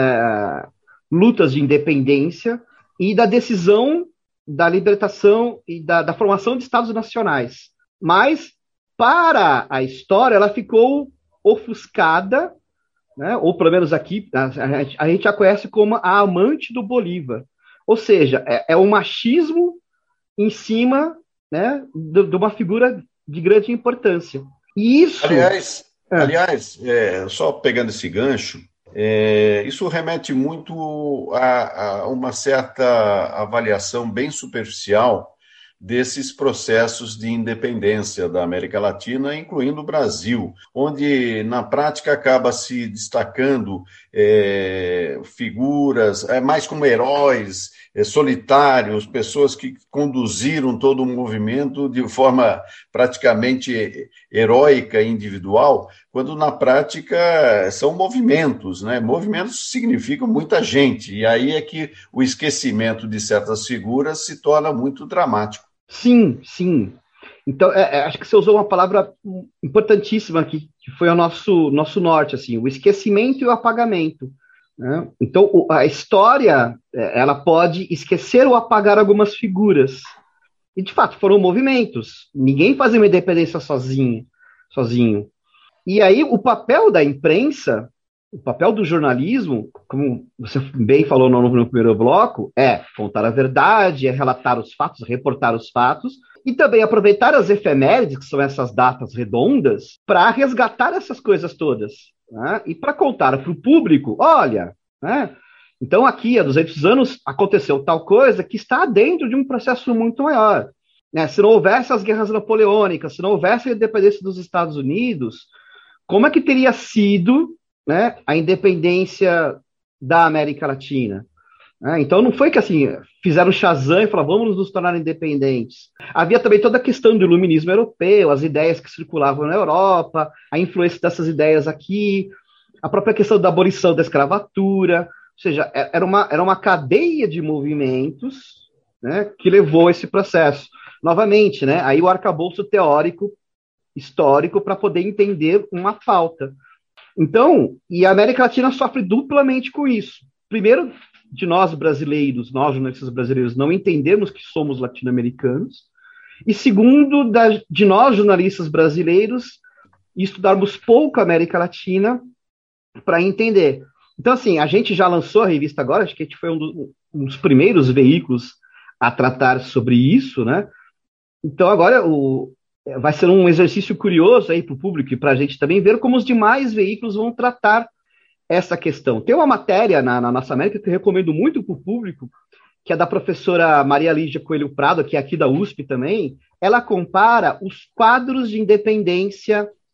lutas de independência e da decisão da libertação e da formação de estados nacionais. Mas, para a história, ela ficou ofuscada, né? Ou pelo menos aqui, a gente a conhece como a amante do Bolívar. Ou seja, é um machismo em cima, né, de uma figura de grande importância. E isso... Aliás, só pegando esse gancho, isso remete muito a uma certa avaliação bem superficial desses processos de independência da América Latina, incluindo o Brasil, onde, na prática, acaba se destacando figuras mais como heróis, solitários, pessoas que conduziram todo o movimento de forma praticamente heróica e individual, quando, na prática, são movimentos, né? Movimentos significam muita gente, e aí é que o esquecimento de certas figuras se torna muito dramático. Sim, sim. Então, acho que você usou uma palavra importantíssima aqui, que foi o nosso norte, assim, o esquecimento e o apagamento, né? Então, a história, ela pode esquecer ou apagar algumas figuras. E, de fato, foram movimentos. Ninguém fazia uma independência sozinho. E aí, o papel da imprensa, o papel do jornalismo, como você bem falou no primeiro bloco, é contar a verdade, é relatar os fatos, reportar os fatos, e também aproveitar as efemérides, que são essas datas redondas, para resgatar essas coisas todas, né? E para contar para o público, olha, né? Então aqui há 200 anos aconteceu tal coisa que está dentro de um processo muito maior, né? Se não houvesse as guerras napoleônicas, se não houvesse a independência dos Estados Unidos, como é que teria sido, né, a independência da América Latina? Então não foi que assim fizeram Shazam e falaram, vamos nos tornar independentes. Havia também toda a questão do iluminismo europeu, as ideias que circulavam na Europa, a influência dessas ideias aqui, a própria questão da abolição da escravatura, ou seja, era uma cadeia de movimentos, né, que levou a esse processo. Novamente, né, aí o arcabouço teórico, histórico, para poder entender uma falta. Então, e a América Latina sofre duplamente com isso. Primeiro, de nós brasileiros, nós jornalistas brasileiros, não entendermos que somos latino-americanos. E segundo, de nós jornalistas brasileiros, estudarmos pouco a América Latina para entender. Então, assim, a gente já lançou a revista agora, acho que a gente foi um dos primeiros veículos a tratar sobre isso, né? Então, agora vai ser um exercício curioso aí para o público e para a gente também ver como os demais veículos vão tratar essa questão. Tem uma matéria na Nossa América que eu recomendo muito para o público, que é da professora Maria Lígia Coelho Prado, que é aqui da USP também. Ela compara os quadros de independência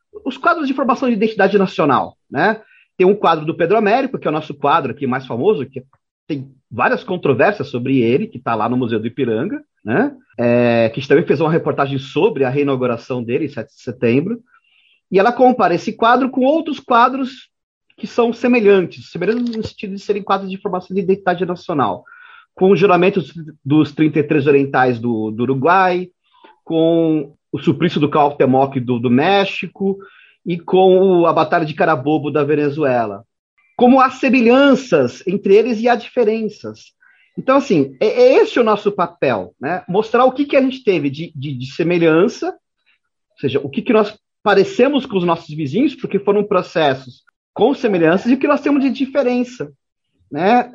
os quadros de formação de identidade nacional, né? Tem um quadro do Pedro Américo, que é o nosso quadro aqui mais famoso, que tem várias controvérsias sobre ele, que está lá no Museu do Ipiranga, né? Que também fez uma reportagem sobre a reinauguração dele, em 7 de setembro, e ela compara esse quadro com outros quadros que são semelhantes no sentido de serem quadros de formação de identidade nacional, com os juramentos dos 33 orientais do Uruguai, com o suplício do Cuauhtémoc do México e com a Batalha de Carabobo da Venezuela. Como há semelhanças entre eles e há diferenças. Então, assim, é esse o nosso papel, né? Mostrar o que a gente teve de semelhança, ou seja, o que nós parecemos com os nossos vizinhos, porque foram processos com semelhanças, e o que nós temos de diferença, né?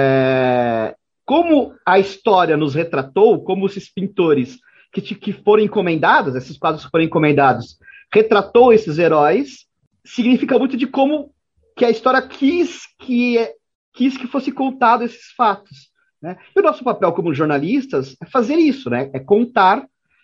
Como a história nos retratou, como esses pintores que foram encomendados, esses quadros que foram encomendados, retratou esses heróis, significa muito de como que a história quis que fosse contado esses fatos, né? E o nosso papel como jornalistas é fazer isso, né? É contar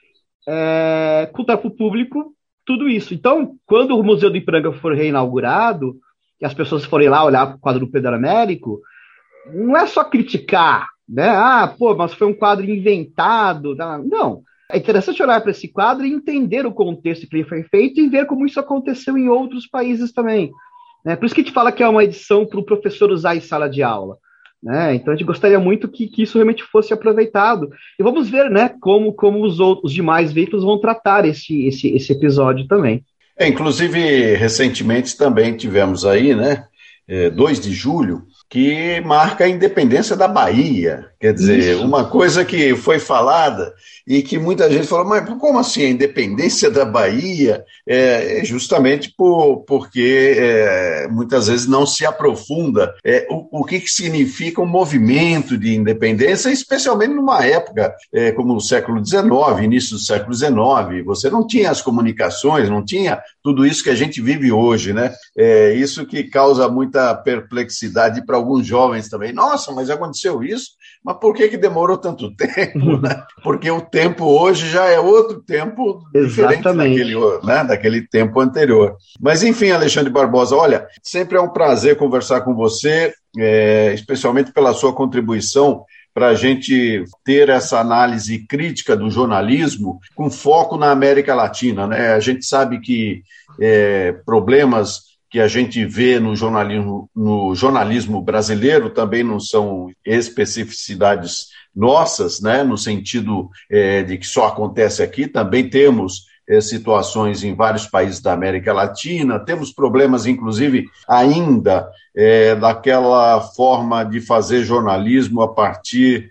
para o público tudo isso. Então, quando o Museu do Ipiranga for reinaugurado, e as pessoas forem lá olhar para o quadro do Pedro Américo, não é só criticar, né? Mas foi um quadro inventado. Não. É interessante olhar para esse quadro e entender o contexto que ele foi feito e ver como isso aconteceu em outros países também, né? Por isso que a gente fala que é uma edição para o professor usar em sala de aula, né? Então a gente gostaria muito que isso realmente fosse aproveitado. E vamos ver, né, como os demais veículos vão tratar esse episódio também. Inclusive, recentemente também tivemos aí, né, 2 de julho, que marca a independência da Bahia. Quer dizer, isso. Uma coisa que foi falada e que muita gente falou, mas como assim a independência da Bahia? Justamente porque muitas vezes não se aprofunda o que significa um movimento de independência, especialmente numa época como o século XIX, início do século XIX. Você não tinha as comunicações, não tinha tudo isso que a gente vive hoje, né? Isso que causa muita perplexidade para alguns jovens também. Nossa, mas aconteceu isso? Mas por que demorou tanto tempo, né? Porque o tempo hoje já é outro tempo diferente daquele tempo anterior. Mas, enfim, Alexandre Barbosa, olha, sempre é um prazer conversar com você, especialmente pela sua contribuição para a gente ter essa análise crítica do jornalismo com foco na América Latina, né? A gente sabe que problemas que a gente vê no jornalismo brasileiro também não são especificidades nossas, né, no sentido de que só acontece aqui. Também temos situações em vários países da América Latina, temos problemas, inclusive, ainda daquela forma de fazer jornalismo a partir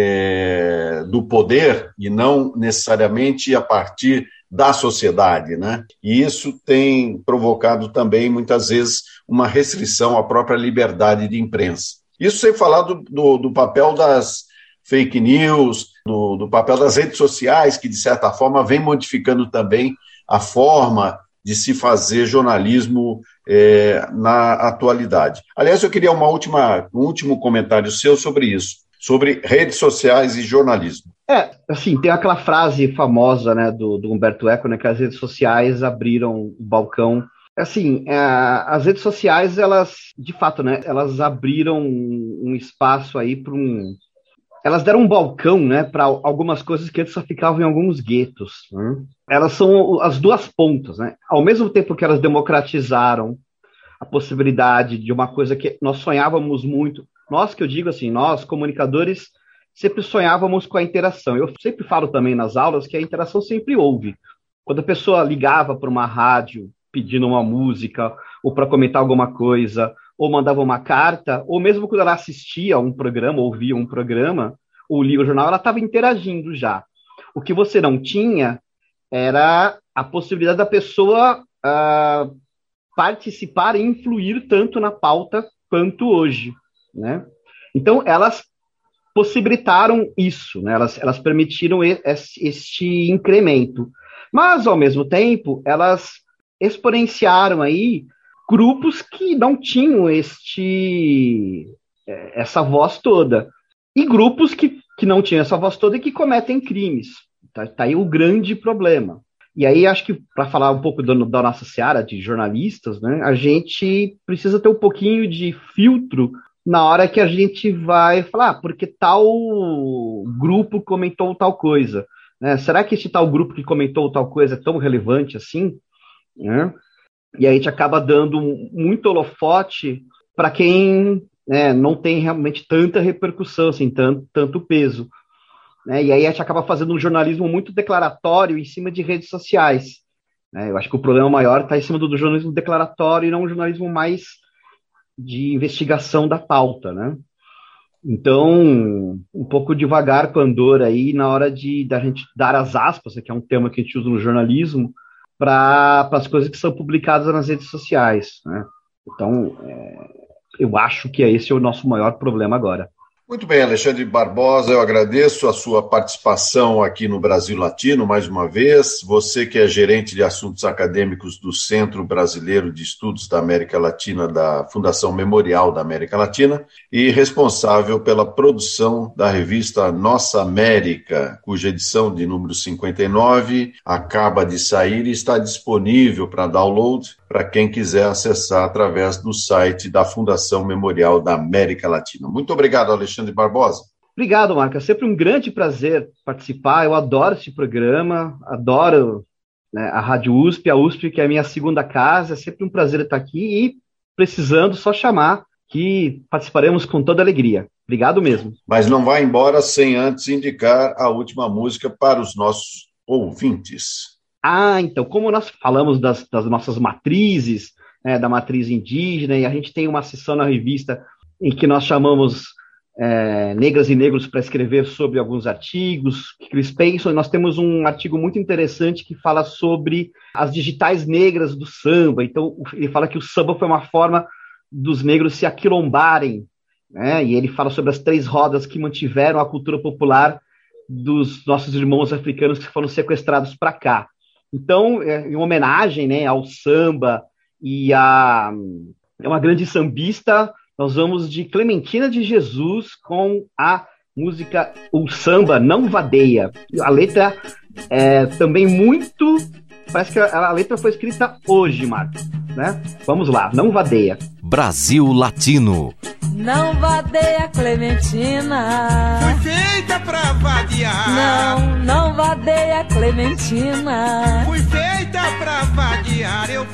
do poder e não necessariamente a partir da sociedade, né? E isso tem provocado também, muitas vezes, uma restrição à própria liberdade de imprensa. Isso sem falar do papel das fake news, do papel das redes sociais, que, de certa forma, vem modificando também a forma de se fazer jornalismo na atualidade. Aliás, eu queria um último comentário seu sobre isso, sobre redes sociais e jornalismo. Assim, tem aquela frase famosa, né, do Humberto Eco, né, que as redes sociais abriram o balcão. Assim, as redes sociais, elas, de fato, né, elas abriram um espaço aí para elas deram um balcão, né, para algumas coisas que antes só ficavam em alguns guetos, né? Elas são as duas pontas, né? Ao mesmo tempo que elas democratizaram a possibilidade de uma coisa que nós sonhávamos muito, nós, que eu digo assim, nós, comunicadores, sempre sonhávamos com a interação. Eu sempre falo também nas aulas que a interação sempre houve. Quando a pessoa ligava para uma rádio pedindo uma música, ou para comentar alguma coisa, ou mandava uma carta, ou mesmo quando ela assistia a um programa, ouvia um programa, ou lia o jornal, ela estava interagindo já. O que você não tinha era a possibilidade da pessoa participar e influir tanto na pauta quanto hoje, né? Então, elas possibilitaram isso, né? Elas permitiram este incremento. Mas, ao mesmo tempo, elas exponenciaram aí grupos que não tinham essa voz toda. E grupos que não tinham essa voz toda e que cometem crimes. Tá aí o grande problema, E aí, acho que para falar um pouco da nossa seara de jornalistas, né, a gente precisa ter um pouquinho de filtro na hora que a gente vai falar, porque tal grupo comentou tal coisa, né? Será que esse tal grupo que comentou tal coisa é tão relevante assim? Né? E aí a gente acaba dando muito holofote para quem, né, não tem realmente tanta repercussão, assim, tanto peso. Né? E aí a gente acaba fazendo um jornalismo muito declaratório em cima de redes sociais. Né? Eu acho que o problema maior está em cima do jornalismo declaratório e não um jornalismo mais de investigação da pauta, né? Então, um pouco devagar com a Andor aí na hora da gente dar as aspas, que é um termo que a gente usa no jornalismo, para as coisas que são publicadas nas redes sociais, né? Então, eu acho que esse é o nosso maior problema agora. Muito bem, Alexandre Barbosa, eu agradeço a sua participação aqui no Brasil Latino, mais uma vez. Você que é gerente de assuntos acadêmicos do Centro Brasileiro de Estudos da América Latina, da Fundação Memorial da América Latina, e responsável pela produção da revista Nossa América, cuja edição de número 59 acaba de sair e está disponível para download para quem quiser acessar através do site da Fundação Memorial da América Latina. Muito obrigado, Alexandre Barbosa. Obrigado, Marco. É sempre um grande prazer participar. Eu adoro esse programa, adoro, né, a Rádio USP, a USP que é a minha segunda casa. É sempre um prazer estar aqui e, precisando, só chamar que participaremos com toda alegria. Obrigado mesmo. Mas não vá embora sem antes indicar a última música para os nossos ouvintes. Então, como nós falamos das nossas matrizes, né, da matriz indígena, e a gente tem uma seção na revista em que nós chamamos negras e negros para escrever sobre alguns artigos, que eles pensam, e nós temos um artigo muito interessante que fala sobre as digitais negras do samba. Então, ele fala que o samba foi uma forma dos negros se aquilombarem, né, e ele fala sobre as 3 rodas que mantiveram a cultura popular dos nossos irmãos africanos que foram sequestrados para cá. Então, em homenagem, né, ao samba e a uma grande sambista, nós vamos de Clementina de Jesus com a música O Samba Não Vadeia. A letra é também muito... Parece que a letra foi escrita hoje, Marcos, né? Vamos lá, Não Vadeia. Brasil Latino. Não vadeia, Clementina. Fui feita pra vadiar. Não vadeia, Clementina. Fui feita pra vadiar. Eu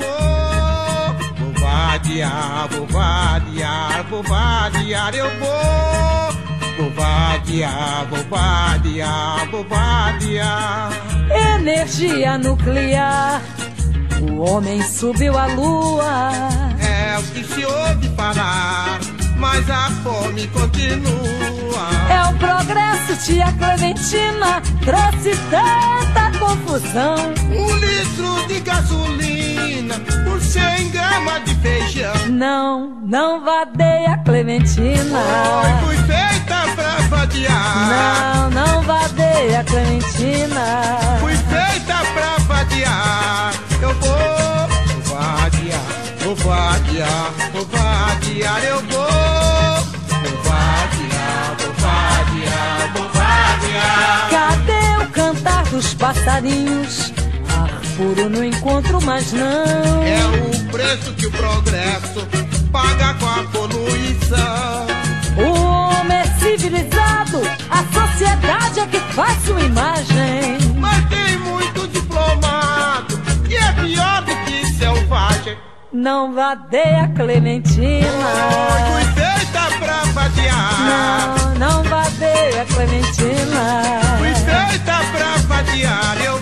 vou vadiar, vou vadiar, vou vadiar. Eu vou vadiar, vou vadiar, vou vadiar. Energia nuclear. O homem subiu à lua. É o que se ouve falar, mas a fome continua. É o progresso, tia Clementina, trouxe tanta confusão. 1 litro de gasolina por 100 gramas de feijão. Não vadeia, Clementina. Oi, fui feita pra vadiar. Não vadeia, Clementina. Fui feita pra vadiar. Eu vou vadiar, vou vadiar, vou vadiar. Eu vou vadiar, vou vadiar, vou vadiar. Cadê o cantar dos passarinhos? Ar puro não encontro mais não. É o preço que o progresso paga com a poluição. O homem é civilizado, a sociedade é que faz sua imagem. Mas tem muito diplomado que é pior do que selvagem. Não vadeia, Clementina. Fui feita pra vadiar. Não vadeia, Clementina. Fui feita pra vadiar. Eu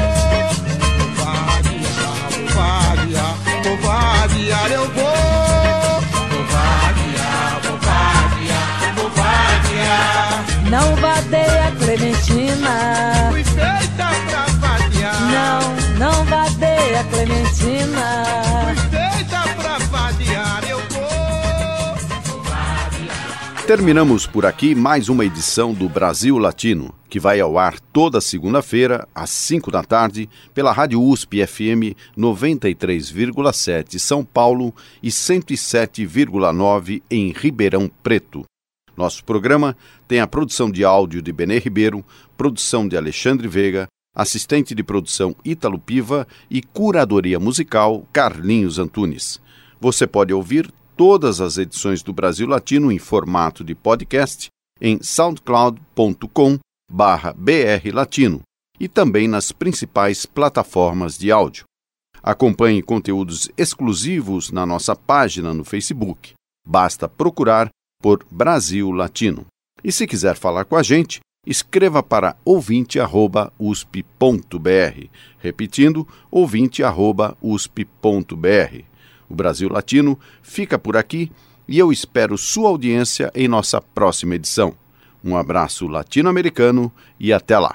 vou vadiar, vou vadiar, vou vadiar. Eu vou vadiar, vou vadiar, vou vadiar. Não vadeia, Clementina. Fui feita pra vadiar. Não vadeia, Clementina. Fui feita pra vadiar. Eu vou vadiar. Terminamos por aqui mais uma edição do Brasil Latino, que vai ao ar toda segunda-feira, às 5 da tarde, pela Rádio USP FM 93,7 São Paulo e 107,9 em Ribeirão Preto. Nosso programa tem a produção de áudio de Benê Ribeiro, produção de Alexandre Veiga, assistente de produção Ítalo Piva e curadoria musical Carlinhos Antunes. Você pode ouvir todas as edições do Brasil Latino em formato de podcast em soundcloud.com/brlatino e também nas principais plataformas de áudio. Acompanhe conteúdos exclusivos na nossa página no Facebook. Basta procurar por Brasil Latino. E se quiser falar com a gente, escreva para ouvinte@usp.br. Repetindo, ouvinte@usp.br. O Brasil Latino fica por aqui e eu espero sua audiência em nossa próxima edição. Um abraço latino-americano e até lá.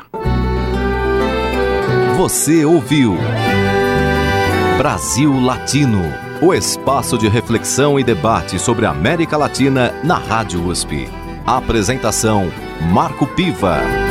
Você ouviu Brasil Latino, o espaço de reflexão e debate sobre a América Latina na Rádio USP. Apresentação: Marco Piva.